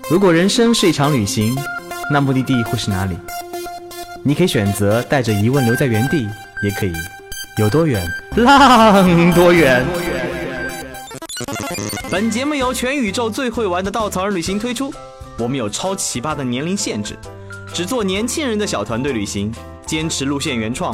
如果人生是一场旅行，那目的地会是哪里？你可以选择带着疑问留在原地，也可以有多远浪多远。本节目由全宇宙最会玩的稻草人旅行推出，我们有超奇葩的年龄限制，只做年轻人的小团队旅行，坚持路线原创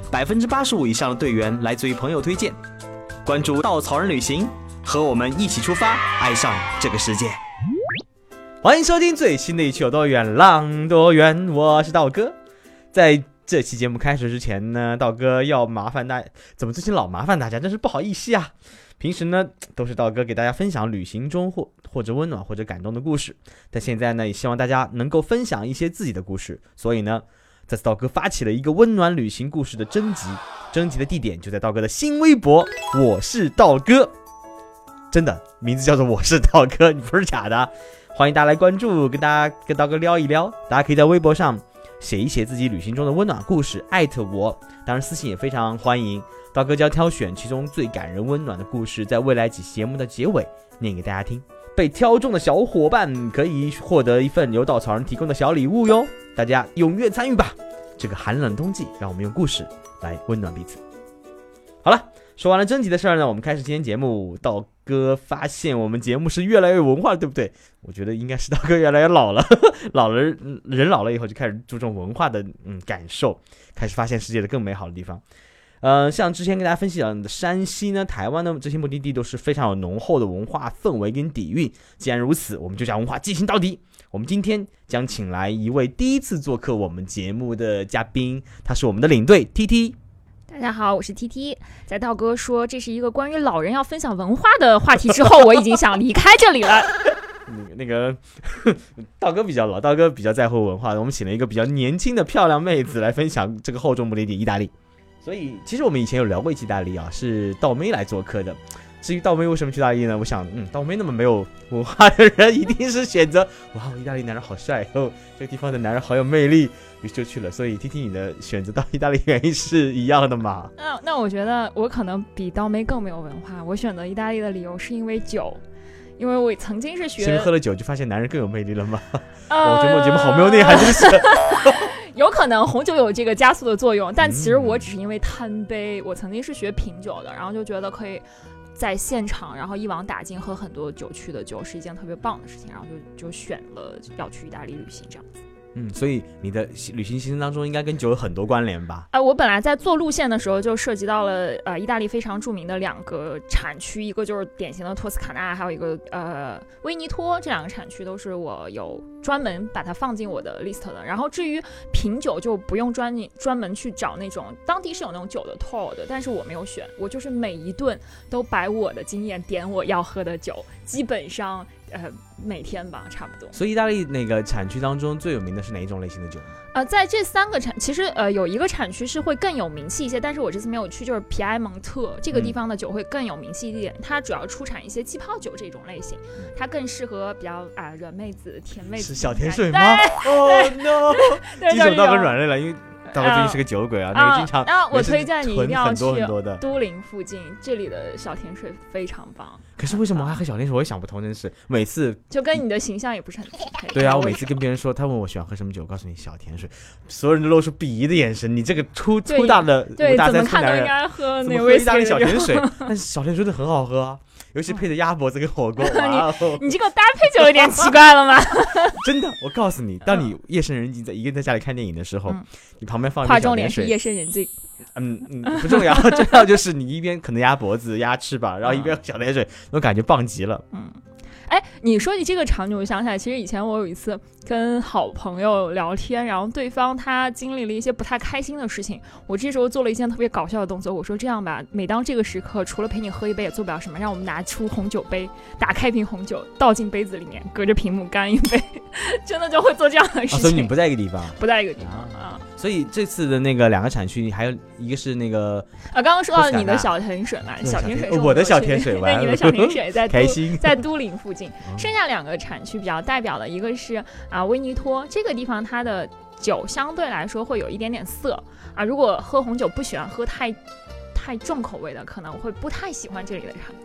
，85%以上的队员来自于朋友推荐。关注稻草人旅行，和我们一起出发，爱上这个世界。欢迎收听最新的一期有多远浪多远，我是道哥。在这期节目开始之前呢，道哥要麻烦大家，怎么最近老麻烦大家，真是不好意思啊。平时呢都是道哥给大家分享旅行中或者温暖或者感动的故事，但现在呢也希望大家能够分享一些自己的故事，所以呢这次道哥发起了一个温暖旅行故事的征集的地点就在道哥的新微博我是道哥，真的名字叫做我是道哥，你不是假的。欢迎大家来关注，跟道哥聊一聊。大家可以在微博上写一写自己旅行中的温暖故事，艾特我，当然私信也非常欢迎。道哥将挑选其中最感人温暖的故事，在未来几期节目的结尾念给大家听。被挑中的小伙伴可以获得一份由稻草人提供的小礼物哟，大家踊跃参与吧！这个寒冷冬季，让我们用故事来温暖彼此。好了，说完了征集的事儿呢，我们开始今天节目。道哥发现我们节目是越来越文化了，对不对？我觉得应该是道哥越来越老了，人老了以后就开始注重文化的感受，开始发现世界的更美好的地方。像之前跟大家分享的山西呢、台湾呢，这些目的地都是非常有浓厚的文化氛围跟底蕴。既然如此，我们就将文化进行到底。我们今天将请来一位第一次做客我们节目的嘉宾，他是我们的领队 TT。 大家好，我是 TT。在道哥说这是一个关于老人要分享文化的话题之后，我已经想离开这里了。 那个道哥比较老，道哥比较在乎文化的，我们请了一个比较年轻的漂亮妹子来分享这个厚重目的地意大利。所以其实我们以前有聊过一期意大利啊，是道妹来做客的。至于道妹为什么去意大利呢？我想道妹那么没有文化的人一定是选择哇，意大利男人好帅哦，这个地方的男人好有魅力，于是就去了。所以 TT 你的选择到意大利原因是一样的吗？ 那我觉得我可能比道妹更没有文化。我选择意大利的理由是因为酒，因为我曾经是学喝了酒就发现男人更有魅力了吗？我觉得我节目好没有内涵，真是。 有可能红酒有这个加速的作用，但其实我只是因为贪杯。我曾经是学品酒的，然后就觉得可以在现场然后一网打尽喝很多酒区的酒是一件特别棒的事情，然后就选了要去意大利旅行这样子。 所以你的旅行行程当中应该跟酒有很多关联吧？ 我本来在做路线的时候就涉及到了意大利非常著名的两个产区，一个就是典型的托斯卡纳，还有一个威尼托，这两个产区都是我有专门把它放进我的 list 的。然后至于品酒就不用专门去找那种当地是有那种酒的 tour 的，但是我没有选，我就是每一顿都摆我的经验点我要喝的酒，基本上每天吧差不多。 所以意大利那个产区当中最有名的是哪一种类型的酒呢？ 在这三个其实有一个产区是会更有名气一些，但是我这次没有去，就是皮埃蒙特这个地方的酒会更有名气一点。它主要出产一些气泡酒这种类型，它更适合比较软妹子、甜妹子。 是小甜水吗？Oh no！ 第一首道哥软肋了，因为道哥最近是个酒鬼啊，那个经常我推荐你一定要去很多的都灵附近，这里的小甜水非常棒。 可是为什么还喝小甜水？我也想不通，真是每次就跟你的形象也不是很匹配。 对啊，我每次跟别人说，他问我喜欢喝什么酒，我告诉你小甜水，所有人都露出鄙夷的眼神。你这个粗大的对， 大怎么看都应该喝那威士忌意大利小甜水，但是小甜水真的很好喝啊。尤其配着鸭脖子跟火锅， 你这个搭配就有点奇怪了吗？ 真的，我告诉你，当你夜深人静一个人在家里看电影的时候，你旁边放一划重点是夜深人静。 不重要，重要就是你一边可能鸭脖子、鸭翅膀，然后一边小甜水，我感觉棒极了。 你说你这个场景，我想起来，其实以前我有一次跟好朋友聊天，然后对方他经历了一些不太开心的事情，我这时候做了一件特别搞笑的动作，我说这样吧，每当这个时刻，除了陪你喝一杯也做不了什么，让我们拿出红酒杯，打开瓶红酒，倒进杯子里面，隔着屏幕干一杯，真的就会做这样的事情。 所以你们不在一个地方？ 不在一个地方啊。 所以这次的那个两个产区，还有一个是那个刚刚说到你的小甜水嘛，小甜水是我的小甜水， 对，你的小甜水在开心在都灵附近。剩下两个产区比较代表的一个是威尼托，这个地方它的酒相对来说会有一点点涩如果喝红酒不喜欢喝太重口味的，可能会不太喜欢这里的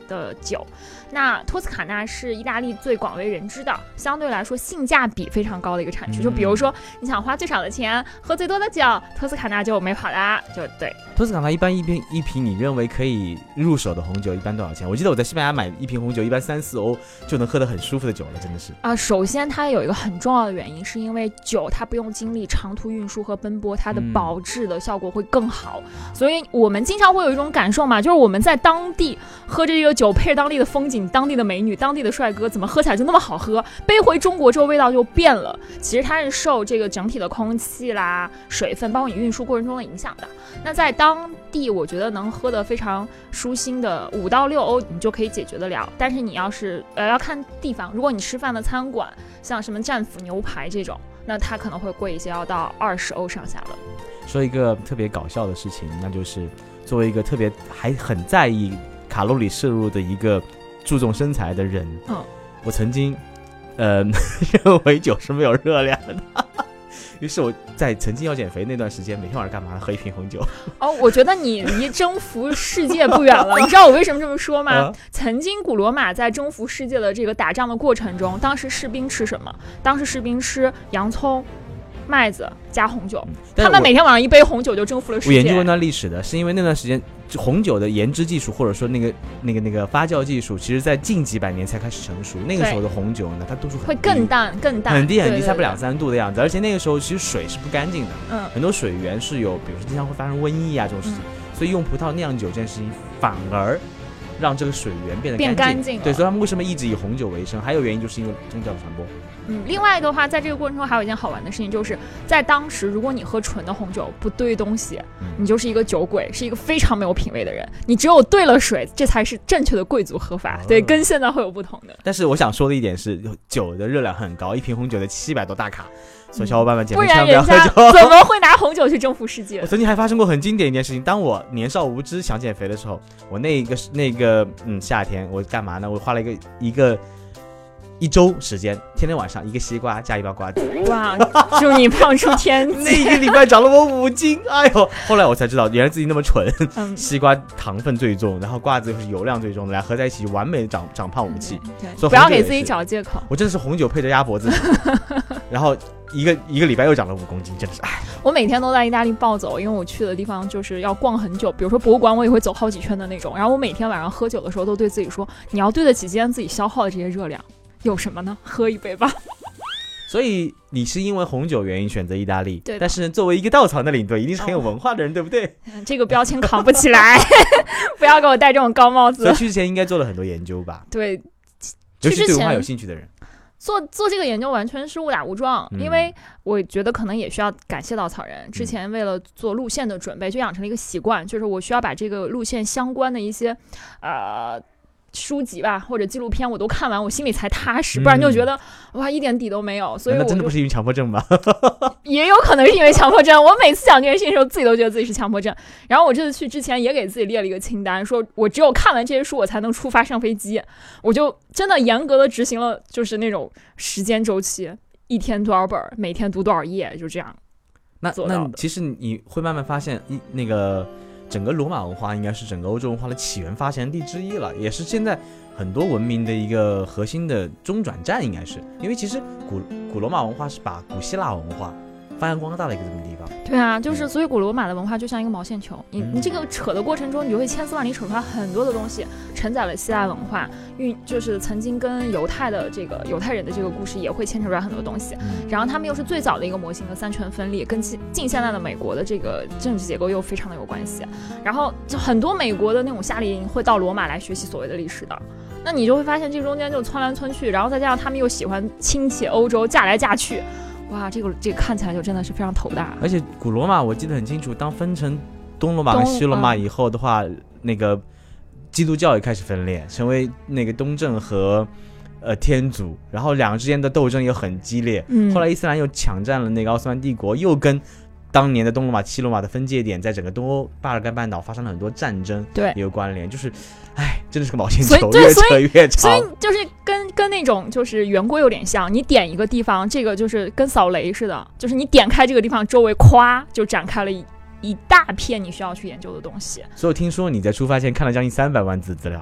的酒。那托斯卡纳是意大利最广为人知的，相对来说性价比非常高的一个产区。就比如说你想花最少的钱喝最多的酒，托斯卡纳就没跑啦。就对， 托斯卡纳一般一瓶你认为可以入手的红酒一般多少钱？我记得我在西班牙买一瓶红酒一般3-4欧就能喝得很舒服的酒了，真的是首先它有一个很重要的原因，是因为酒它不用经历长途运输和奔波，它的保质的效果会更好。所以我们经常会有一种感受嘛，就是我们在当地喝着这个酒，配着当地的风景、当地的美女、当地的帅哥，怎么喝起来就那么好喝？背回中国之后味道就变了。其实它是受这个整体的空气啦、水分，包括你运输过程中的影响的。那在当地，我觉得能喝得非常舒心的5到6欧，你就可以解决得了。但是你要是要看地方，如果你吃饭的餐馆，像什么战斧牛排这种，那它可能会贵一些，要到20欧上下了。 说一个特别搞笑的事情，那就是作为一个特别还很在意卡路里摄入的一个注重身材的人，我曾经认为酒是没有热量的。于是我在曾经要减肥那段时间，每天晚上干嘛？喝一瓶红酒。 我觉得你离征服世界不远了。你知道我为什么这么说吗？曾经古罗马在征服世界的这个打仗的过程中，当时士兵吃什么？当时士兵吃洋葱、麦子加红酒，他们每天晚上一杯红酒就征服了世界。 我研究过那段历史的，是因为那段时间红酒的研制技术或者说那个发酵技术，其实在近几百年才开始成熟。那个时候的红酒呢，它度数会更淡， 很低，差不多2-3度的样子。而且那个时候其实水是不干净的，很多水源是有，比如说经常会发生瘟疫啊这种事情，所以用葡萄酿酒这件事情反而让这个水源变干净。对，所以他们为什么一直以红酒为生？还有原因就是因为宗教的传播。 另外的话，在这个过程中还有一件好玩的事情，就是在当时，如果你喝纯的红酒不兑东西，你就是一个酒鬼，是一个非常没有品味的人。你只有兑了水，这才是正确的贵族喝法。对，跟现在会有不同的。 但是我想说的一点是，酒的热量很高，一瓶红酒的700多大卡，所以小伙伴们减肥千万不要喝酒。 不然人家怎么会拿红酒去征服世界？ 我曾经还发生过很经典一件事情，当我年少无知想减肥的时候，我那个夏天我干嘛呢？我花了一周时间，天天晚上1个西瓜加1包瓜子。 哇，祝你胖出天际！ 那1个礼拜长了我5斤，哎呦！后来我才知道，原来自己那么蠢。西瓜糖分最重，然后瓜子又是油量最重的，俩合在一起完美的长胖武器。 对，不要给自己找借口。 我真的是红酒配着鸭脖子，然后一个礼拜又长了5公斤，真的是哎。 我每天都在意大利暴走，因为我去的地方就是要逛很久，比如说博物馆，我也会走好几圈的那种。然后我每天晚上喝酒的时候，都对自己说：你要对得起今天自己消耗的这些热量。有什么呢？喝一杯吧。 所以你是因为红酒原因选择意大利， 对。 但是作为一个稻草的领队，一定是很有文化的人，对不对？ 这个标签扛不起来，不要给我戴这种高帽子。 所以去之前应该做了很多研究吧？ 对， 尤其对文化有兴趣的人。 做这个研究完全是误打误撞，因为我觉得可能也需要感谢稻草人。之前为了做路线的准备，就养成了一个习惯，就是我需要把这个路线相关的一些书籍吧或者纪录片我都看完，我心里才踏实，不然就觉得哇一点底都没有。所以那真的不是因为强迫症吧？ 也有可能是因为强迫症。我每次讲这件事情的时候，自己都觉得自己是强迫症。然后我这次去之前也给自己列了一个清单，说我只有看完这些书我才能出发上飞机。我就真的严格的执行了，就是那种时间周期，一天多少本，每天读多少页，就这样做到的。 那其实你会慢慢发现那个整个罗马文化应该是整个欧洲文化的起源发源地之一了，也是现在很多文明的一个核心的中转站，应该是因为其实古罗马文化是把古希腊文化发扬光大的一个这么地方。 对啊，就是所以古罗马的文化就像一个毛线球，你这个扯的过程中，你就会千丝万缕扯出来很多的东西，承载了希腊文化，就是曾经跟犹太人的这个故事也会牵扯出来很多东西。然后他们又是最早的一个模型的三权分立，跟近现代的美国的这个政治结构又非常的有关系。然后就很多美国的那种夏令营会到罗马来学习所谓的历史的。那你就会发现这中间就窜来窜去，然后再加上他们又喜欢亲戚欧洲嫁来嫁去。哇，这个看起来就真的是非常头大。 而且古罗马我记得很清楚，当分成东罗马跟西罗马以后的话，那个基督教也开始分裂，成为那个东正和天主，然后两个之间的斗争也很激烈。后来伊斯兰又抢占了那个奥斯曼帝国，又跟当年的东罗马西罗马的分界点在整个东欧巴尔干半岛发生了很多战争， 对， 也有关联。就是真的是个毛线球，越扯越长。 所以就是跟那种就是圆规有点像，你点一个地方，这个就是跟扫雷似的，就是你点开这个地方，周围咵就展开了一大片你需要去研究的东西。 所以我听说你在出发前看了将近300万字资料。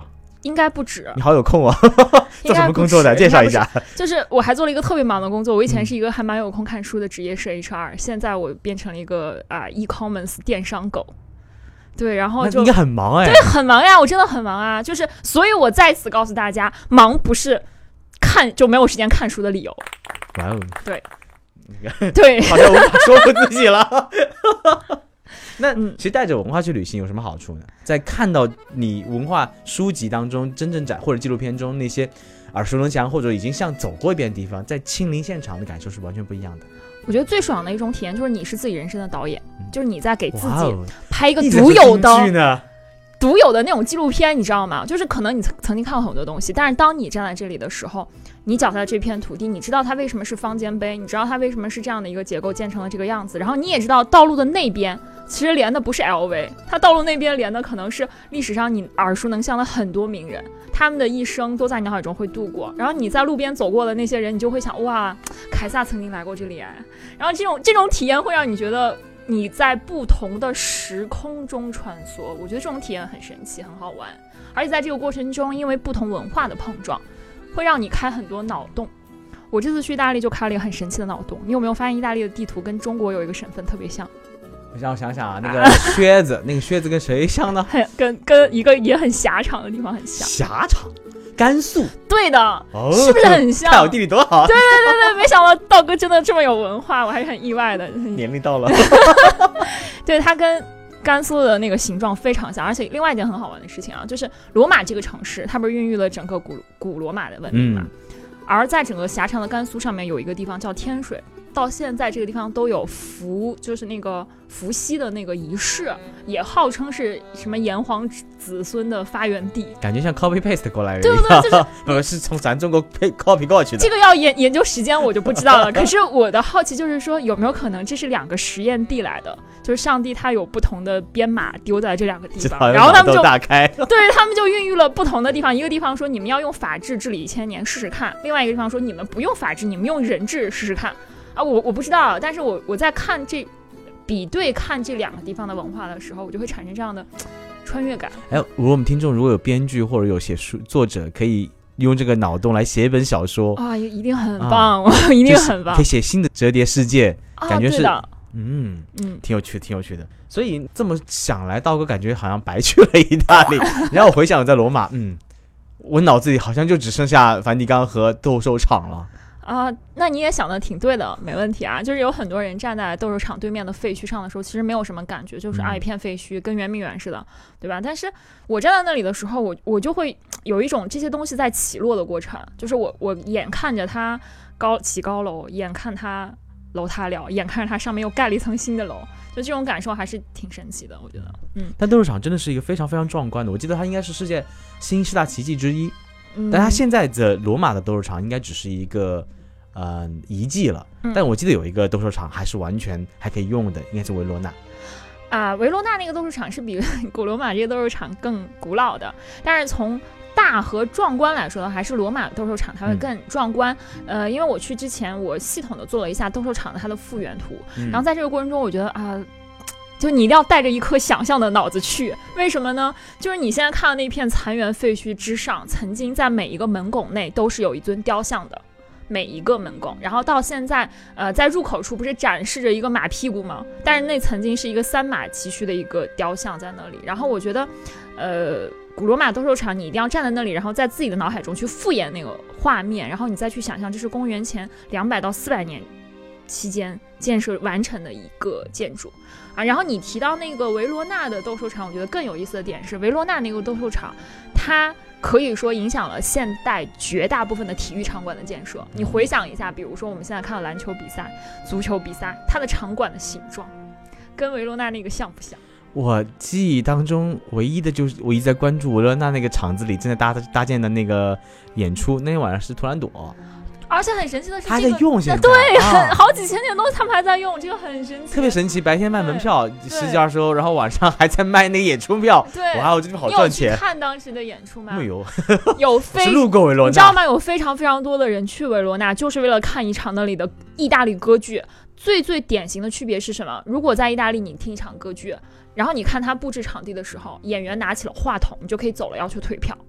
应该不止。 你好有空哦做什么工作的？介绍一下。 就是我还做了一个特别忙的工作，我以前是一个还蛮有空看书的职业是 HR，现在我变成了一个e-commerce 电商狗。对，然后就应该很忙哎。 对，很忙呀，我真的很忙啊。就是所以我在此告诉大家，忙不是就没有时间看书的理由。 哇哦， 对对， 好像无法说服自己了那其实带着文化去旅行有什么好处呢？在看到你文化书籍当中真正或者纪录片中那些耳熟能详或者已经像走过一遍的地方，在亲临现场的感受是完全不一样的。 我觉得最爽的一种体验就是你是自己人生的导演，就是你在给自己拍一个独有的那种纪录片，你知道吗？就是可能你曾经看过很多东西，但是当你站在这里的时候，你脚下的这片土地，你知道它为什么是方尖碑，你知道它为什么是这样的一个结构建成了这个样子，然后你也知道道路的那边其实连的不是 LV， 它道路那边连的可能是历史上你耳熟能详的很多名人，他们的一生都在你脑海中会度过，然后你在路边走过的那些人，你就会想，哇，凯撒曾经来过这里哎，然后这种体验会让你觉得你在不同的时空中穿梭，我觉得这种体验很神奇，很好玩，而且在这个过程中，因为不同文化的碰撞，会让你开很多脑洞。我这次去意大利就开了一个很神奇的脑洞，你有没有发现意大利的地图跟中国有一个省份特别像？ 让我想想啊，那个靴子，那个靴子跟谁像呢？ 跟一个也很狭长的地方很像。 狭长，甘肃。 对的，是不是很像？ 看我地理多好。 对，没想到道哥真的这么有文化，我还是很意外的。 年龄到了。 对，它跟甘肃的那个形状非常像，而且另外一件很好玩的事情啊，就是罗马这个城市，它不是孕育了整个古罗马的文明嘛？而在整个狭长的甘肃上面有一个地方叫天水。到现在这个地方都有就是那个伏羲的那个仪式，也号称是什么炎黄子孙的发源地， 感觉像 copy paste 过来的， 对不对？就是不是从咱中国 copy 过去的。 这个要研究时间我就不知道了。可是我的好奇就是说，有没有可能这是两个实验地来的？就是上帝他有不同的编码丢在这两个地方，然后他们就打开，对他们就孕育了不同的地方。一个地方说你们要用法治治理1000年试试看，另外一个地方说你们不用法治，你们用人治试试看。我不知道，但是我在比对看这两个地方的文化的时候，我就会产生这样的穿越感。 如果我们听众如果有编剧或者有写书作者，可以用这个脑洞来写一本小说一定很棒，一定很棒， 可以写新的折叠世界，感觉是挺有趣的。所以这么想来，道哥感觉好像白去了意大利。然后我回想我在罗马，我脑子里好像就只剩下梵蒂冈和斗兽场了。 那你也想的挺对的，没问题啊。就是有很多人站在斗兽场对面的废墟上的时候，其实没有什么感觉，就是一片废墟，跟圆明园似的，对吧？但是我站在那里的时候，我就会有一种这些东西在起落的过程，就是我眼看着它起高楼，眼看它楼塌了，眼看着它上面又盖了一层新的楼，就这种感受还是挺神奇的，我觉得。 但斗兽场真的是一个非常非常壮观的，我记得它应该是世界新10大奇迹之一。但它现在的罗马的斗兽场应该只是一个遗迹了，但我记得有一个斗兽场还是完全还可以用的，应该是维罗纳。 维罗纳那个斗兽场是比古罗马这个斗兽场更古老的，但是从大和壮观来说的，还是罗马斗兽场它会更壮观。因为我去之前，我系统的做了一下斗兽场的它的复原图，然后在这个过程中，我觉得就你一定要带着一颗想象的脑子去，为什么呢？就是你现在看到那片残垣废墟之上，曾经在每一个门拱内都是有一尊雕像的，每一个门拱，然后到现在在入口处不是展示着一个马屁股吗？但是那曾经是一个3马齐驱的一个雕像在那里。然后我觉得古罗马斗兽场你一定要站在那里，然后在自己的脑海中去复原那个画面，然后你再去想象这是公元前200到400年期间建设完成的一个建筑然后你提到那个维罗纳的斗兽场，我觉得更有意思的点是维罗纳那个斗兽场它可以说影响了现代绝大部分的体育场馆的建设。你回想一下，比如说我们现在看到篮球比赛、足球比赛，它的场馆的形状跟维罗纳那个像不像？ 我记忆当中唯一的就是我一直在关注维罗纳那个场子里正在搭建的那个演出，那天晚上是图兰朵， 而且很神奇的是、 他在用现在对、好几千年都他们还在用，这个很神奇， 特别神奇。白天卖门票10几20欧，然后晚上还在卖那个演出票。 对， 哇，我这边好赚钱。 你有去看当时的演出吗？ 没有， 有是路过维罗纳， 你知道吗？有非常非常多的人去维罗纳，就是为了看一场那里的意大利歌剧。最典型的区别是什么？如果在意大利你听一场歌剧，然后你看他布置场地的时候，演员拿起了话筒，你就可以走了，要求退票。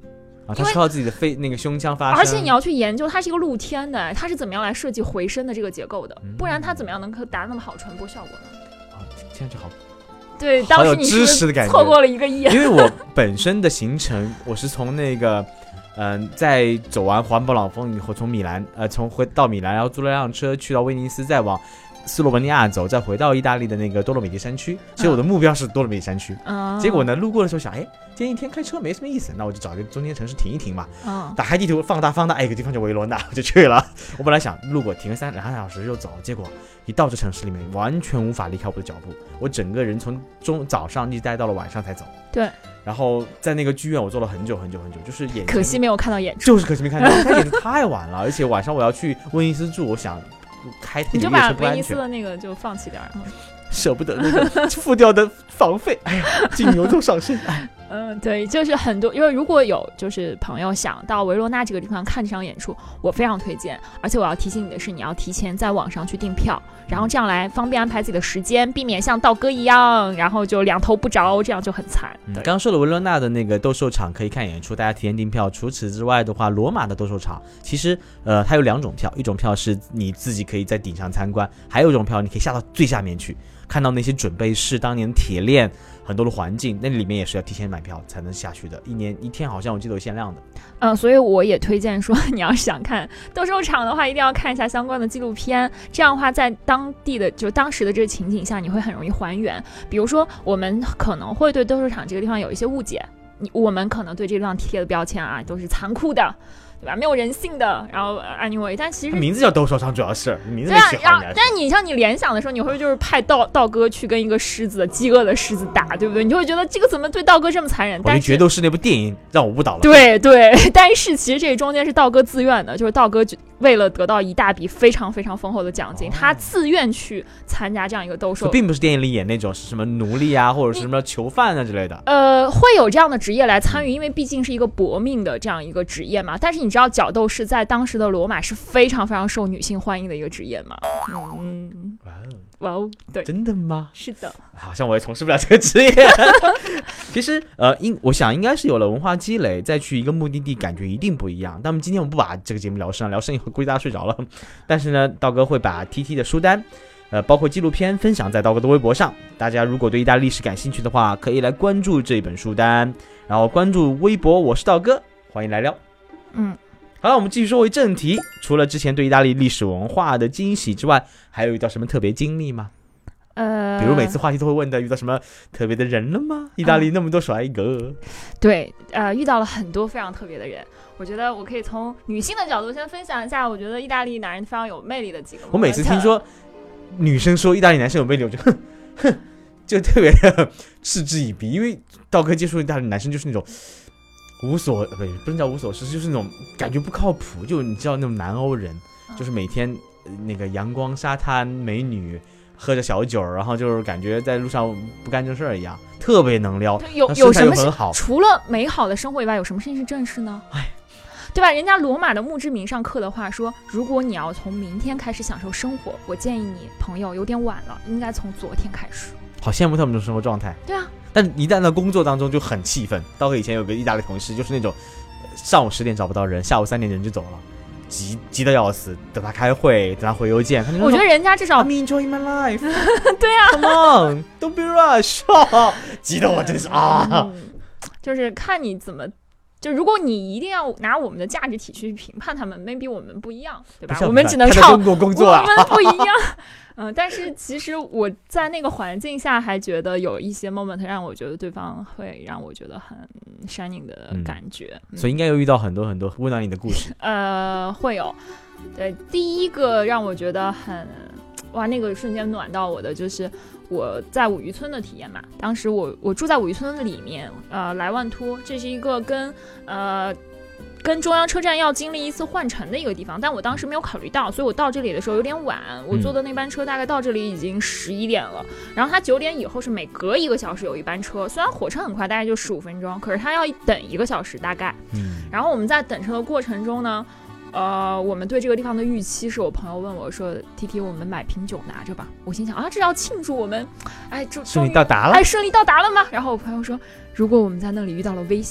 啊，它是靠自己的那个胸腔发声， 而且你要去研究它是一个露天的，它是怎么样来设计回声的这个结构的，不然它怎么样能够达那么好的传播效果呢？ 啊，听上去好。 对，当时你是错过了1个亿， 因为我本身的行程，我是从那个，在走完环勃朗峰以后，从回到米兰，然后租了辆车去到威尼斯，再往斯洛文尼亚走，再回到意大利的那个多洛米蒂山区。其实我的目标是多洛米蒂山区，结果呢，路过的时候想，哎，今天一天开车没什么意思，那我就找一个中间城市停一停嘛。打开地图放大，哎，有个地方叫维罗纳，我就去了。我本来想路过停个2个小时就走，结果一到这城市里面，完全无法离开我的脚步，我整个人从早上一直待到了晚上才走。 对。 然后在那个剧院我坐了很久，就是可惜没有看到演出， 就是可惜没看到，他演的太晚了，而且晚上我要去威尼斯住，我想开太久夜车不安全，你就把威尼斯的那个就放弃点， 舍不得那个付掉的房费，哎呀，金牛座上身，哎。 对，就是很多，因为如果有就是朋友想到维罗纳这个地方看这场演出，我非常推荐。而且我要提醒你的是，你要提前在网上去订票，然后这样来方便安排自己的时间，避免像道哥一样，然后就两头不着，这样就很惨。 刚刚说了维罗纳的那个斗兽场可以看演出，大家提前订票。除此之外的话，罗马的斗兽场其实它有2种票，一种票是你自己可以在顶上参观，还有一种票你可以下到最下面去，看到那些准备室、当年铁链很多的环境，那里面也是要提前买票才能下去的，一天好像我记得有限量的。 所以我也推荐说，你要想看斗兽场的话，一定要看一下相关的纪录片，这样的话在当地的就当时的这个情景下，你会很容易还原。比如说我们可能会对斗兽场这个地方有一些误解，我们可能对这个地方贴的标签啊都是残酷的，对吧？没有人性的，然后 anyway， 但其实名字叫斗兽场，主要是名字没起好。 但你像你联想的时候，你会就是派道哥去跟一个饥饿的狮子打，对不对？你就会觉得这个怎么对道哥这么残忍？但是决斗士那部电影让我误导了。 对，但是其实这中间是道哥自愿的，就是道哥为了得到一大笔非常非常丰厚的奖金，他自愿去参加这样一个斗兽， 并不是电影里演那种是什么奴隶啊，或者是什么囚犯啊之类的。 会有这样的职业来参与，因为毕竟是一个搏命的这样一个职业嘛。但是你知道角斗士在当时的罗马是非常非常受女性欢迎的一个职业吗？哇哦，对， 真的吗？ 是的， 好像我也从事不了这个职业。其实我想应该是有了文化积累，再去一个目的地，感觉一定不一样。但今天我们不把这个节目聊深以后，估计大家睡着了。但是呢，道哥会把 TT 的书单，包括纪录片分享在道哥的微博上。大家如果对意大利历史感兴趣的话，可以来关注这本书单，然后关注微博，我是道哥，欢迎来聊。好了，我们继续说回正题。除了之前对意大利历史文化的惊喜之外，还有遇到什么特别经历吗？比如每次话题都会问的，遇到什么特别的人了吗？意大利那么多帅哥。 对，遇到了很多非常特别的人。我觉得我可以从女性的角度先分享一下，我觉得意大利男人非常有魅力的几个。 我每次听说女生说意大利男生有魅力，我就哼，就特别的嗤之以鼻，因为道哥接触意大利男生就是那种不能叫无所事事，就是那种感觉不靠谱，就你知道那种南欧人，就是每天那个阳光沙滩美女喝着小酒，然后就是感觉在路上不干正事儿一样，特别能撩， 有什么很好。 除了美好的生活以外，有什么事情是正事呢？对吧？人家罗马的墓志铭上刻的话说，如果你要从明天开始享受生活，我建议你朋友有点晚了，应该从昨天开始。 好羡慕他们这种生活状态。 对啊， 但一旦在工作当中就很气愤。道哥以前有个意大利同事，就是那种上午10点找不到人，下午3点人就走了，急得要死，等他开会，等他回邮件。 我觉得人家至少 I'm enjoying my life 对啊 Come on don't be rush 急得我真是就是看你怎么，就如果你一定要拿我们的价值体去评判他们 maybe 我们不一样，对吧？我们只能靠中国工作啊， 我们不一样但是其实我在那个环境下还觉得有一些 moment 让我觉得对方会让我觉得很 shining 的感觉， 所以应该有遇到很多很多温暖你的故事。 会有。对，第一个让我觉得很那个瞬间暖到我的就是我在五渔村的体验嘛。当时我住在五渔村的里面，莱万托，这是一个跟中央车站要经历一次换乘的一个地方，但我当时没有考虑到，所以我到这里的时候有点晚，我坐的那班车大概到这里已经11点了，然后它9点以后是每隔1个小时有一班车，虽然火车很快，大概就15分钟，可是它要等1个小时大概。然后我们在等车的过程中呢，我们对这个地方的预期是我朋友问我说 TT 我们买瓶酒拿着吧，我心想这要庆祝我们顺利到达了吗？然后我朋友说如果我们在那里遇到了危险，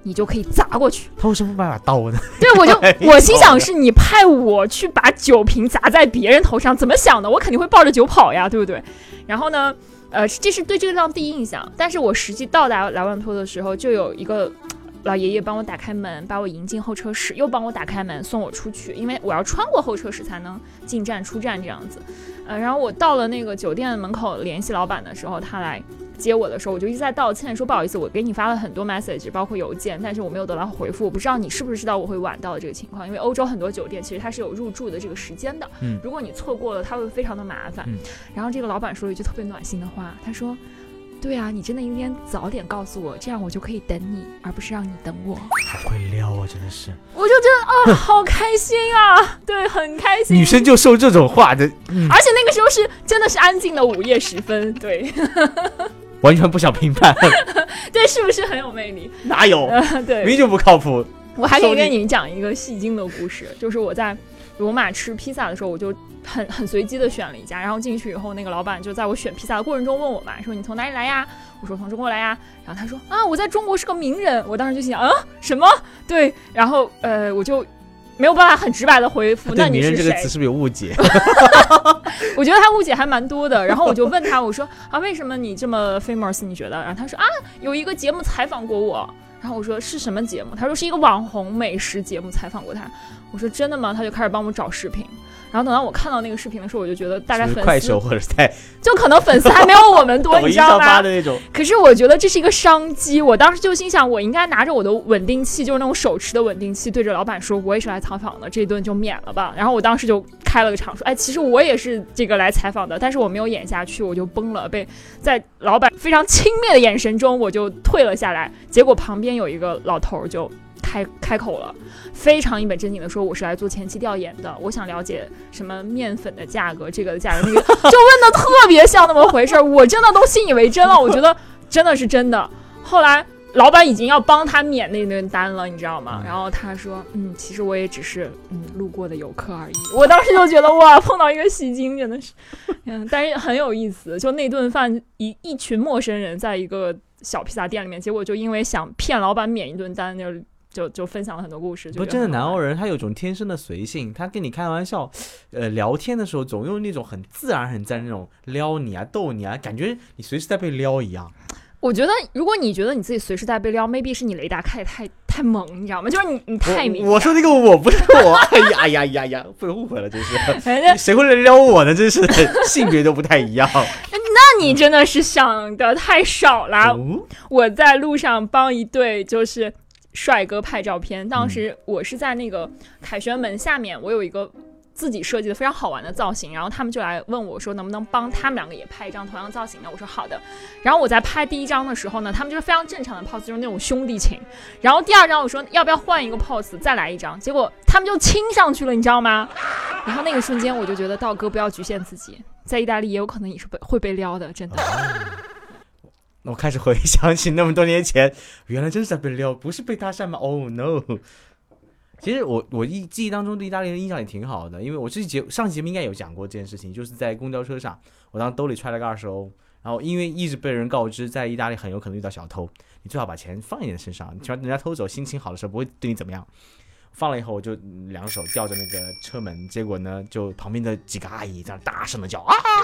你就可以砸过去。 他为什么不买把刀呢？ 对，我心想是你派我去把酒瓶砸在别人头上，怎么想的？我肯定会抱着酒跑呀，对不对？然后呢，这是对这个地方第一印象。但是我实际到达莱万托的时候，就有一个老爷爷帮我打开门，把我迎进候车室，又帮我打开门送我出去，因为我要穿过候车室才能进站出站这样子。然后我到了那个酒店门口联系老板的时候，他来接我的时候，我就一直在道歉，说不好意思，我给你发了很多 message， 包括邮件，但是我没有得到回复。我不知道你是不是知道我会晚到这个情况，因为欧洲很多酒店其实它是有入住的这个时间的，如果你错过了，它会非常的麻烦。然后这个老板说了一句特别暖心的话，他说：“对啊，你真的应该早点告诉我，这样我就可以等你，而不是让你等我。” 好会撩啊，真的是！ 我就觉得好开心啊，对，很开心。 女生就受这种话的， 而且那个时候是真的是安静的午夜时分，对。 完全不想评判， 对，是不是很有魅力？ 哪有？ 对， 明明就不靠谱。 我还可以跟你们讲一个戏精的故事，就是我在罗马吃披萨的时候，我就很随机的选了一家，然后进去以后，那个老板就在我选披萨的过程中问我嘛，说你从哪里来呀？我说从中国来呀。然后他说我在中国是个名人。我当时就心想什么？对，然后我就没有办法很直白的回复，那你是谁？ 名人这个词是不是有误解？ 我觉得他误解还蛮多的。然后我就问他，我说为什么你这么 famous？ 你觉得？然后他说有一个节目采访过我。然后我说是什么节目？他说是一个网红美食节目采访过他。我说真的吗？他就开始帮我找视频。然后等到我看到那个视频的时候，我就觉得大概粉丝快手或者在就可能粉丝还没有我们多，你知道吗？ 的那种。 可是我觉得这是一个商机，我当时就心想，我应该拿着我的稳定器，就是那种手持的稳定器，对着老板说，我也是来采访的，这一顿就免了吧。然后我当时就开了个场说，其实我也是这个来采访的，但是我没有演下去，我就崩了，被在老板非常轻蔑的眼神中，我就退了下来。结果旁边有一个老头就开口了，非常一本正经的说，我是来做前期调研的，我想了解什么面粉的价格，这个的价格，那个就问的特别像那么回事，我真的都信以为真了，我觉得真的是真的。后来老板已经要帮他免那顿单了，你知道吗？然后他说其实我也只是路过的游客而已。我当时就觉得哇，碰到一个戏精真的是但是很有意思，就那顿饭一群陌生人在一个小披萨店里面，结果就因为想骗老板免一顿单，就分享了很多故事。 不，真的南欧人他有种天生的随性，他跟你开玩笑聊天的时候总用那种很自然很自然那种撩你啊逗你啊，感觉你随时在被撩一样。 我觉得如果你觉得你自己随时在被撩 maybe 是你雷达开太猛，你知道吗？就是你太敏感。 我说那个我不是我，哎呀被误会了，真是谁会来撩我呢？真是性别都不太一样。 那你真的是想的太少了。我在路上帮一对就是帅哥拍照片，当时我是在那个凯旋门下面，我有一个自己设计的非常好玩的造型，然后他们就来问我说能不能帮他们两个也拍一张同样造型的，我说好的。然后我在拍第一张的时候呢，他们就是非常正常的 pose， 就是那种兄弟情。然后第二张我说要不要换一个 pose 再来一张，结果他们就亲上去了，你知道吗？然后那个瞬间我就觉得道哥不要局限自己，在意大利也有可能你是会被撩的，真的。 我开始回想起那么多年前，原来真是在被撩，不是被搭讪吗？ Oh no。其实我记忆当中对意大利人印象也挺好的，因为我上期节目应该有讲过这件事情，就是在公交车上，我当时兜里揣了个20欧，然后因为一直被人告知在意大利很有可能遇到小偷，你最好把钱放一点身上，你把人家偷走，心情好的时候不会对你怎么样。放了以后我就两手吊着那个车门，结果呢就旁边的几个阿姨在那大声的叫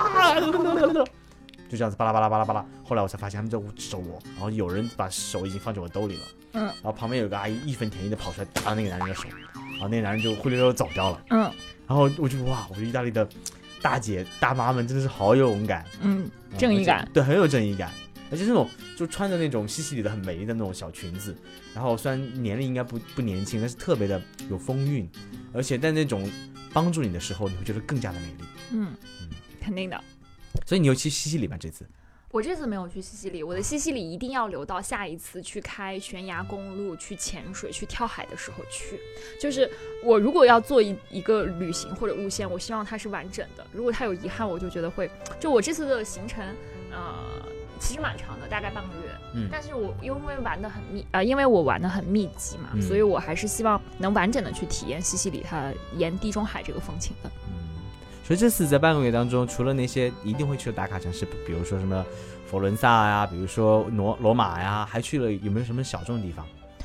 就这样子巴拉巴拉巴拉巴拉。后来我才发现他们在指着我，然后有人把手已经放进我兜里了，然后旁边有个阿姨义愤填膺的跑出来打了那个男人的手，然后那个男人就灰溜溜走掉了。然后我就哇，我觉得意大利的大姐大妈们真的是好有勇敢， 正义感， 对，很有正义感。而且这种就穿着那种西西里的很美丽的那种小裙子，然后虽然年龄应该不年轻，但是特别的有风韵，而且在那种帮助你的时候，你会觉得更加的美丽。 肯定的。 所以你有去西西里吗？这次？ 我这次没有去西西里，我的西西里一定要留到下一次去开悬崖公路、去潜水、去跳海的时候去。就是我如果要做一个旅行或者路线，我希望它是完整的。如果它有遗憾，我就觉得会。就我这次的行程，其实蛮长的，大概半个月。但是我因为我玩得很密集嘛，所以我还是希望能完整的去体验西西里它沿地中海这个风情的。 所以这次在半个月当中，除了那些一定会去的打卡城市，比如说什么佛伦萨呀，比如说罗马呀，还去了有没有什么小众的地方？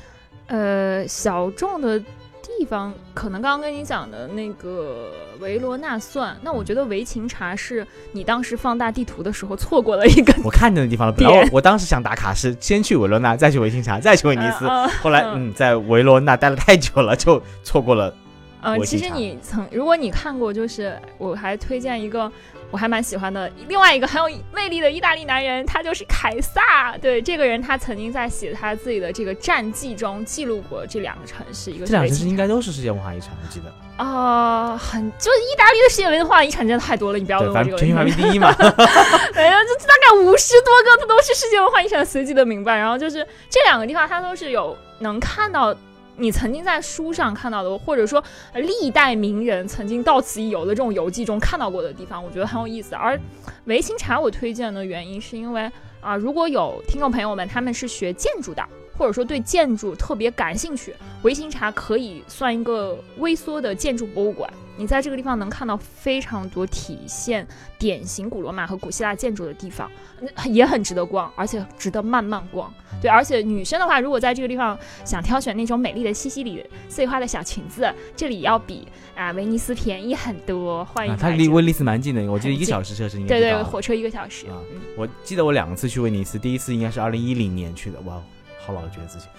小众的地方可能刚刚跟你讲的那个维罗纳算，那我觉得维琴察是你当时放大地图的时候错过了一个我看见的地方了。本来我当时想打卡是先去维罗纳，再去维琴察，再去威尼斯，后来在维罗纳待了太久了，就错过了。 其实如果你看过，就是我还推荐一个我还蛮喜欢的另外一个很有魅力的意大利男人，他就是凯撒。对，这个人他曾经在写他自己的这个战记中记录过这两个城市，一个这两个城市应该都是世界文化遗产，我记得。 就是意大利的世界文化遗产真的太多了，你不要问我这个问题。 全球排名第一嘛。 对，就大概50多个，它都是世界文化遗产随机的名单。然后就是这两个地方，它都是有能看到你曾经在书上看到的，或者说历代名人曾经到此一游的这种游记中看到过的地方，我觉得很有意思。而维琴察我推荐的原因是因为如果有听众朋友们他们是学建筑的，或者说对建筑特别感兴趣，维琴察可以算一个微缩的建筑博物馆。你在这个地方能看到非常多体现典型古罗马和古希腊建筑的地方，也很值得逛，而且值得慢慢逛。对，而且女生的话，如果在这个地方想挑选那种美丽的西西里碎花的小裙子，这里要比威尼斯便宜很多。欢迎它离威尼斯蛮近的，我记得1个小时车程应该对，火车1个小时。 我记得我2次去威尼斯，第一次应该是2010年去的，哇，好老的觉得自己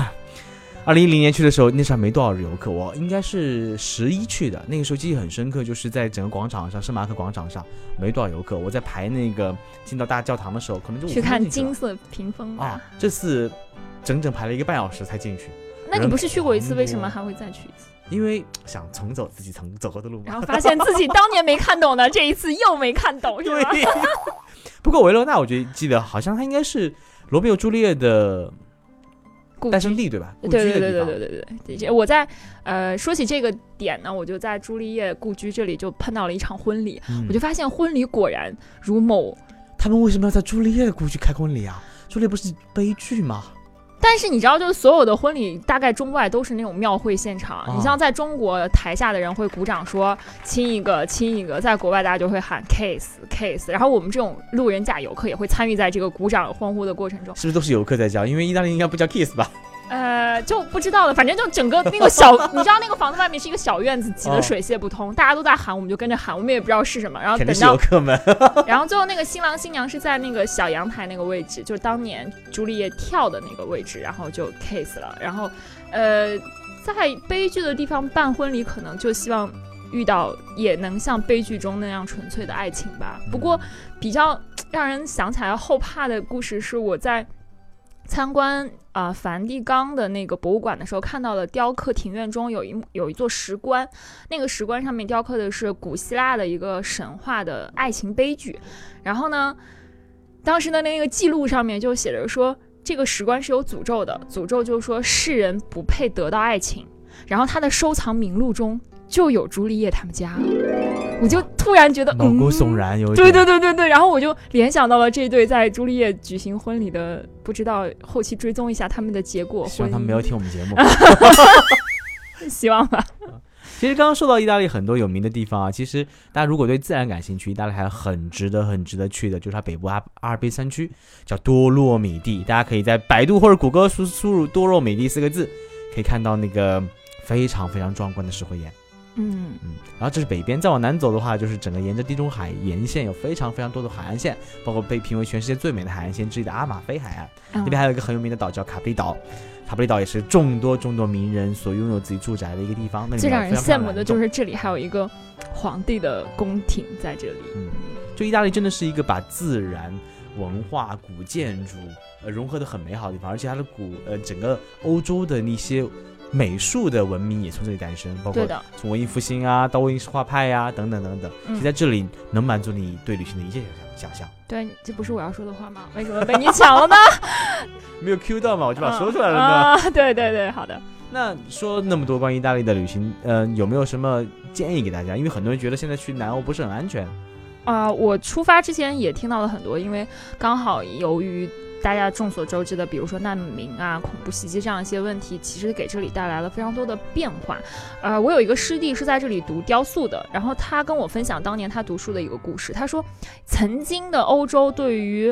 2010年去的时候，那时候还没多少游客，我应该是11去的。那个时候记忆很深刻，就是在整个广场上，圣马可广场上没多少游客。我在排那个进到大教堂的时候，可能就去看金色屏风这次整整排了1个半小时才进去。 那你不是去过一次，为什么还会再去一次？ 因为想重走自己曾走过的路嘛， 然后发现自己当年没看懂的，这一次又没看懂，是吧？ 不过维罗纳，我记得好像它应该是罗密欧朱丽叶的诞生地，对吧？ 对，我在说起这个点呢，我就在朱丽叶故居这里就碰到了一场婚礼，我就发现婚礼果然如某。 他们为什么要在朱丽叶的故居开婚礼啊？朱丽叶不是悲剧吗？ 但是你知道，就是所有的婚礼大概中外都是那种庙会现场。你像在中国，台下的人会鼓掌说亲一个亲一个，在国外大家就会喊 kiss， 然后我们这种路人甲游客也会参与在这个鼓掌欢呼的过程中。 是不是都是游客在叫？因为意大利应该不叫 kiss 吧？ 就不知道了，反正就整个那个小，你知道那个房子外面是一个小院子，挤得水泄不通，大家都在喊，我们就跟着喊，我们也不知道是什么。然后等到肯定是游客们， 然后最后那个新郎新娘是在那个小阳台那个位置，就是当年朱丽叶跳的那个位置，然后就 kiss 了。然后在悲剧的地方办婚礼，可能就希望遇到也能像悲剧中那样纯粹的爱情吧。不过比较让人想起来后怕的故事是我在参观梵蒂冈的那个博物馆的时候，看到了雕刻庭院中有一座石棺，那个石棺上面雕刻的是古希腊的一个神话的爱情悲剧。然后呢，当时的那个记录上面就写着说，这个石棺是有诅咒的，诅咒就是说世人不配得到爱情。然后他的收藏名录中就有朱丽叶他们家，我就突然觉得毛骨悚然，有对，然后我就联想到了这对在朱丽叶举行婚礼的，不知道后期追踪一下他们的结果。 希望他们没有听我们节目， 希望吧。 其实刚刚说到意大利很多有名的地方其实大家如果对自然感兴趣，意大利还很值得去的，就是它北部阿尔卑斯山区叫多洛米蒂，大家可以在百度或者谷歌输入多洛米蒂4个字，可以看到那个非常非常壮观的石灰岩。然后这是北边，再往南走的话，就是整个沿着地中海沿线有非常非常多的海岸线，包括被评为全世界最美的海岸线之一的阿马菲海岸。那边还有一个很有名的岛叫卡布里岛，卡布里岛也是众多名人所拥有自己住宅的一个地方。 最让人羡慕的就是这里还有一个皇帝的宫廷在这里。 就意大利真的是一个把自然文化古建筑融合得很美好的地方，而且它的整个欧洲的那些美术的文明也从这里诞生，包括从文艺复兴到文艺画派等等等等，其实在这里能满足你对旅行的一切想象。 对，这不是我要说的话吗？为什么被你抢了呢？ 没有 Q 到嘛，我就把它说出来了呢。 对，好的。 那说那么多关于意大利的旅行，有没有什么建议给大家？因为很多人觉得现在去南欧不是很安全。 我出发之前也听到了很多，因为刚好由于大家众所周知的，比如说难民恐怖袭击这样一些问题，其实给这里带来了非常多的变化。我有一个师弟是在这里读雕塑的，然后他跟我分享当年他读书的一个故事。他说，曾经的欧洲对于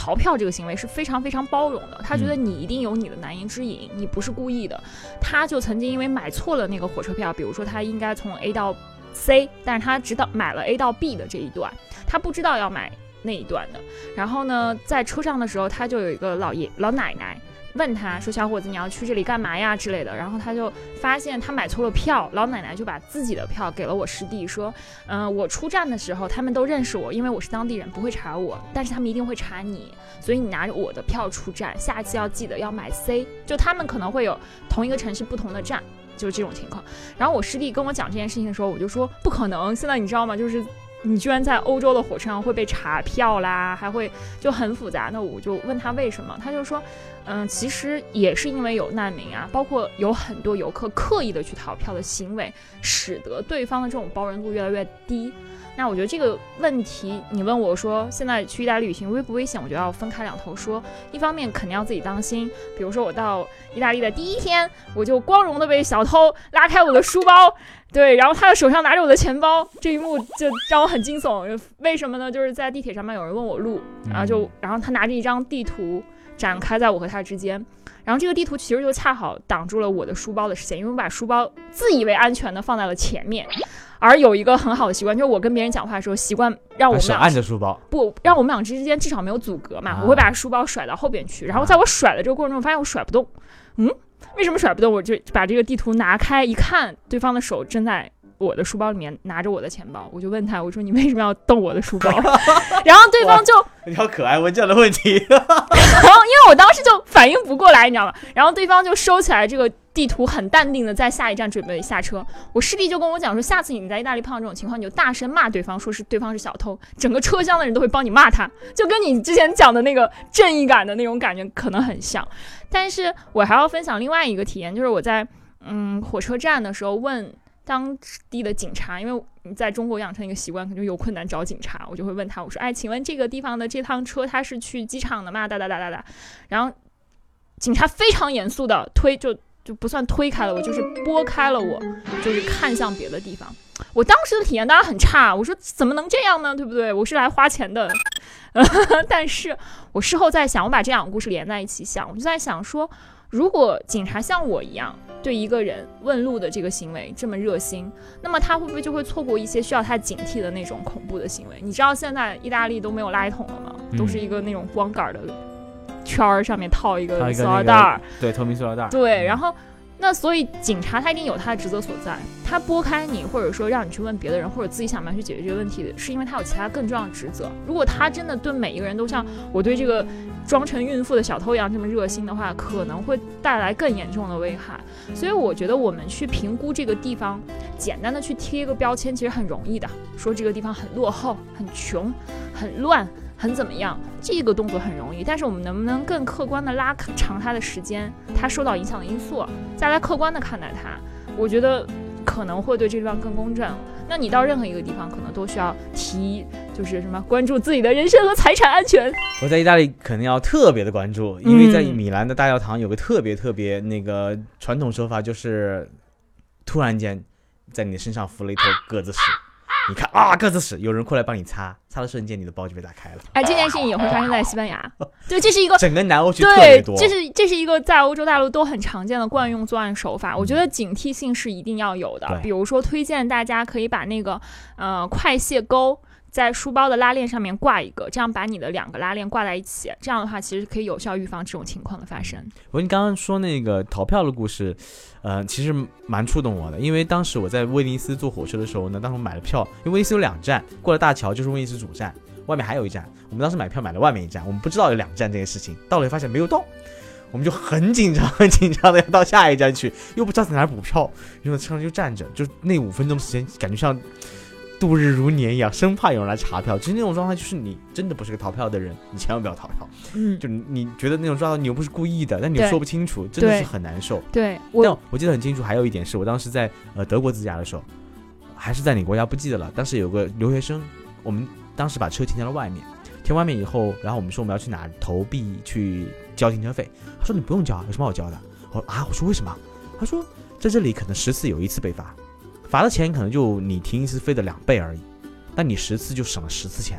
逃票这个行为是非常非常包容的，他觉得你一定有你的难言之隐，你不是故意的。他就曾经因为买错了那个火车票，比如说他应该从 A 到 C， 但是他知道买了 A 到 B 的这一段，他不知道要买那一段的。然后呢，在车上的时候，他就有一个老奶奶问他说：“小伙子，你要去这里干嘛呀？”之类的。然后他就发现他买错了票，老奶奶就把自己的票给了我师弟，说：“我出站的时候他们都认识我，因为我是当地人，不会查我，但是他们一定会查你，所以你拿着我的票出站，下次要记得要买 C。”就他们可能会有同一个城市不同的站，就是这种情况。然后我师弟跟我讲这件事情的时候，我就说不可能，现在你知道吗？就是你居然在欧洲的火车上会被查票啦，还会就很复杂。那我就问他为什么，他就说其实也是因为有难民啊，包括有很多游客刻意的去逃票的行为，使得对方的这种包容度越来越低。那我觉得这个问题，你问我说现在去意大利旅行危不危险，我觉得要分开两头说。一方面肯定要自己当心，比如说我到意大利的第一天，我就光荣的被小偷拉开我的书包，对，然后他的手上拿着我的钱包，这一幕就让我很惊悚。为什么呢？就是在地铁上面有人问我路，然后他拿着一张地图展开在我和他之间，然后这个地图其实就恰好挡住了我的书包的视线，因为我把书包自以为安全的放在了前面。而有一个很好的习惯，就是我跟别人讲话的时候，习惯让我们俩按着书包， 不让我们俩之间至少没有阻隔嘛。我会把书包甩到后边去，然后在我甩的这个过程中，发现我甩不动。为什么甩不动？我就把这个地图拿开一看，对方的手正在我的书包里面拿着我的钱包，我就问他，我说你为什么要动我的书包？然后对方就你好可爱，问这样的问题。 然后因为我当时就反应不过来，你知道吗？然后对方就收起来这个地图，很淡定的在下一站准备下车。我师弟就跟我讲说，下次你在意大利碰到这种情况，你就大声骂对方，说是对方是小偷，整个车厢的人都会帮你骂他，就跟你之前讲的那个正义感的那种感觉可能很像。但是我还要分享另外一个体验，就是我在火车站的时候问当地的警察，因为你在中国养成一个习惯，可能有困难找警察，我就会问他，我说：“哎，请问这个地方的这趟车它是去机场的吗？”然后警察非常严肃的就不算推开了我，就是拨开了我，就是看向别的地方。我当时的体验当然很差，我说怎么能这样呢？对不对？我是来花钱的。但是我事后在想，我把这两个故事连在一起想，我就在想说，如果警察像我一样对一个人问路的这个行为这么热心，那么他会不会就会错过一些需要他警惕的那种恐怖的行为？你知道现在意大利都没有垃圾桶了吗？都是一个那种光杆的圈上面套一个塑料袋， 对，透明塑料袋， 对，然后那所以警察他一定有他的职责所在，他拨开你，或者说让你去问别的人，或者自己想办法去解决这个问题，是因为他有其他更重要的职责。如果他真的对每一个人都像我对这个装成孕妇的小偷一样这么热心的话，可能会带来更严重的危害。所以我觉得我们去评估这个地方，简单的去贴一个标签其实很容易的，说这个地方很落后、很穷、很乱、很怎么样，这个动作很容易。但是我们能不能更客观的拉长它的时间，它受到影响的因素，再来客观的看待它，我觉得可能会对这地方更公正。那你到任何一个地方可能都需要就是什么关注自己的人身和财产安全。 我在意大利肯定要特别的关注，因为在米兰的大教堂有个特别那个传统说法，就是突然间在你的身上浮了一坨鸽子屎，你看啊，鸽子屎，有人过来帮你擦的瞬间，你的包就被打开了。 哎，这件事情也会发生在西班牙。对，这是一个整个南欧区特别多。 对，这是一个在欧洲大陆都很常见的惯用作案手法。我觉得警惕性是一定要有的。比如说，推荐大家可以把那个快卸钩在书包的拉链上面挂一个，这样把你的两个拉链挂在一起，这样的话其实可以有效预防这种情况的发生。 你刚刚说那个逃票的故事，其实蛮触动我的，因为当时我在威尼斯坐火车的时候呢，当时我买了票，因为威尼斯有2站，过了大桥就是威尼斯主站，外面还有一站，我们当时买票买了外面一站，我们不知道有2站这个事情，到了发现没有到，我们就很紧张的要到下一站去，又不知道在哪儿补票，然后车上就站着，就那5分钟的时间感觉像度日如年一样，生怕有人来查票。其实那种状态就是你真的不是个逃票的人，你千万不要逃票。就你觉得那种状态你又不是故意的，但你又说不清楚，真的是很难受。 对， 我记得很清楚，还有一点是我当时在德国自驾的时候，还是在哪个国家不记得了。当时有个留学生，我们当时把车停在了外面，停外面以后，然后我们说我们要去哪投币去交停车费，他说你不用交，有什么好交的？我说为什么？他说在这里可能10次有1次被罚的钱可能就你停1次费的2倍而已，但你10次就省了10次钱。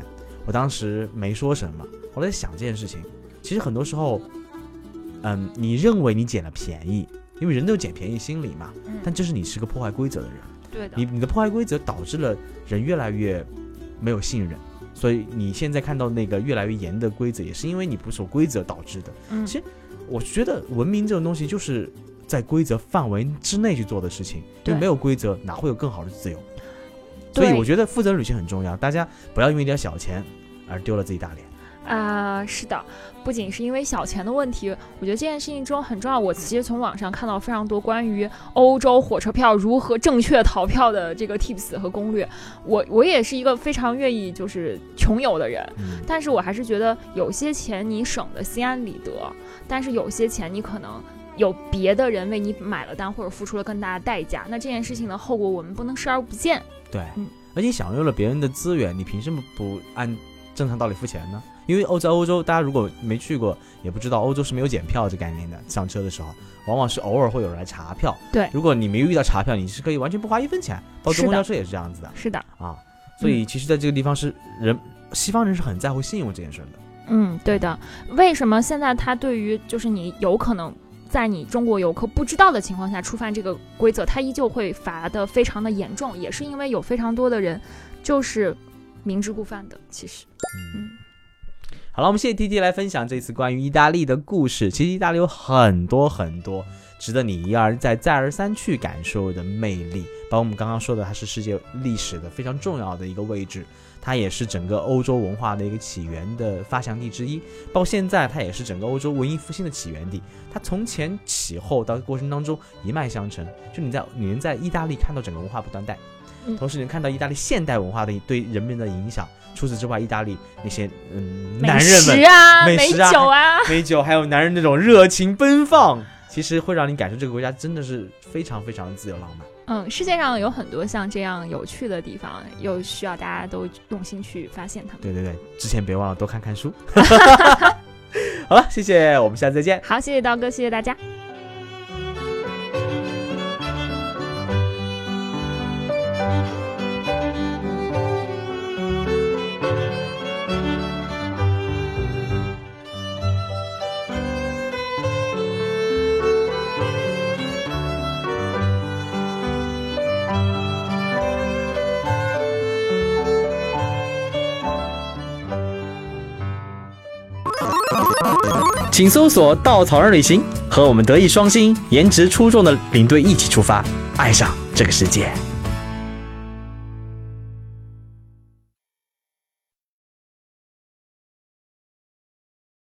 我当时没说什么，我在想这件事情，其实很多时候，你认为你捡了便宜，因为人都有捡便宜心理嘛，但这是你是个破坏规则的人， 对的， 你的破坏规则导致了人越来越没有信任，所以你现在看到那个越来越严的规则，也是因为你不守规则导致的。其实我觉得文明这种东西就是在规则范围之内去做的事情，因为没有规则哪会有更好的自由。所以我觉得负责任旅行很重要，大家不要因为一点小钱而丢了自己大脸。 是的，不仅是因为小钱的问题，我觉得这件事情中很重要。我其实从网上看到非常多关于欧洲火车票如何正确逃票的这个 tips 和攻略。我也是一个非常愿意就是穷游的人，但是我还是觉得有些钱你省得心安理得，但是有些钱你可能有别的人为你买了单或者付出了更大的代价，那这件事情的后果我们不能视而不见。 对，而且享用了别人的资源，你凭什么不按正常道理付钱呢？因为在欧洲，大家如果没去过也不知道，欧洲是没有检票这概念的，上车的时候往往是偶尔会有人来查票。 对， 如果你没遇到查票，你是可以完全不花1分钱，包括公交车也是这样子的。 是的啊，所以其实在这个地方是西方人是很在乎信用这件事的。 对的。为什么现在他对于就是你有可能在你中国游客不知道的情况下触犯这个规则，他依旧会罚得非常的严重，也是因为有非常多的人就是明知故犯的。其实好了，我们谢谢 TT 来分享这次关于意大利的故事。其实意大利有很多很多值得你一而再再而三去感受的魅力，包括我们刚刚说的，它是世界历史的非常重要的一个位置，它也是整个欧洲文化的一个起源的发祥地之一，包括现在它也是整个欧洲文艺复兴的起源地。它从前起后到过程当中一脉相承，就你能在意大利看到整个文化不断代，同时能看到意大利现代文化的对人们的影响。除此之外，意大利那些男人们美食啊美酒，还有男人那种热情奔放，其实会让你感受这个国家真的是非常非常自由浪漫。 世界上有很多像这样有趣的地方，又需要大家都用心去发现它们。 对，之前别忘了多看看书。好了，谢谢，我们下次再见。 好，谢谢刀哥，谢谢大家。 请搜索稻草人旅行，和我们德艺双馨、颜值出众的领队一起出发，爱上这个世界。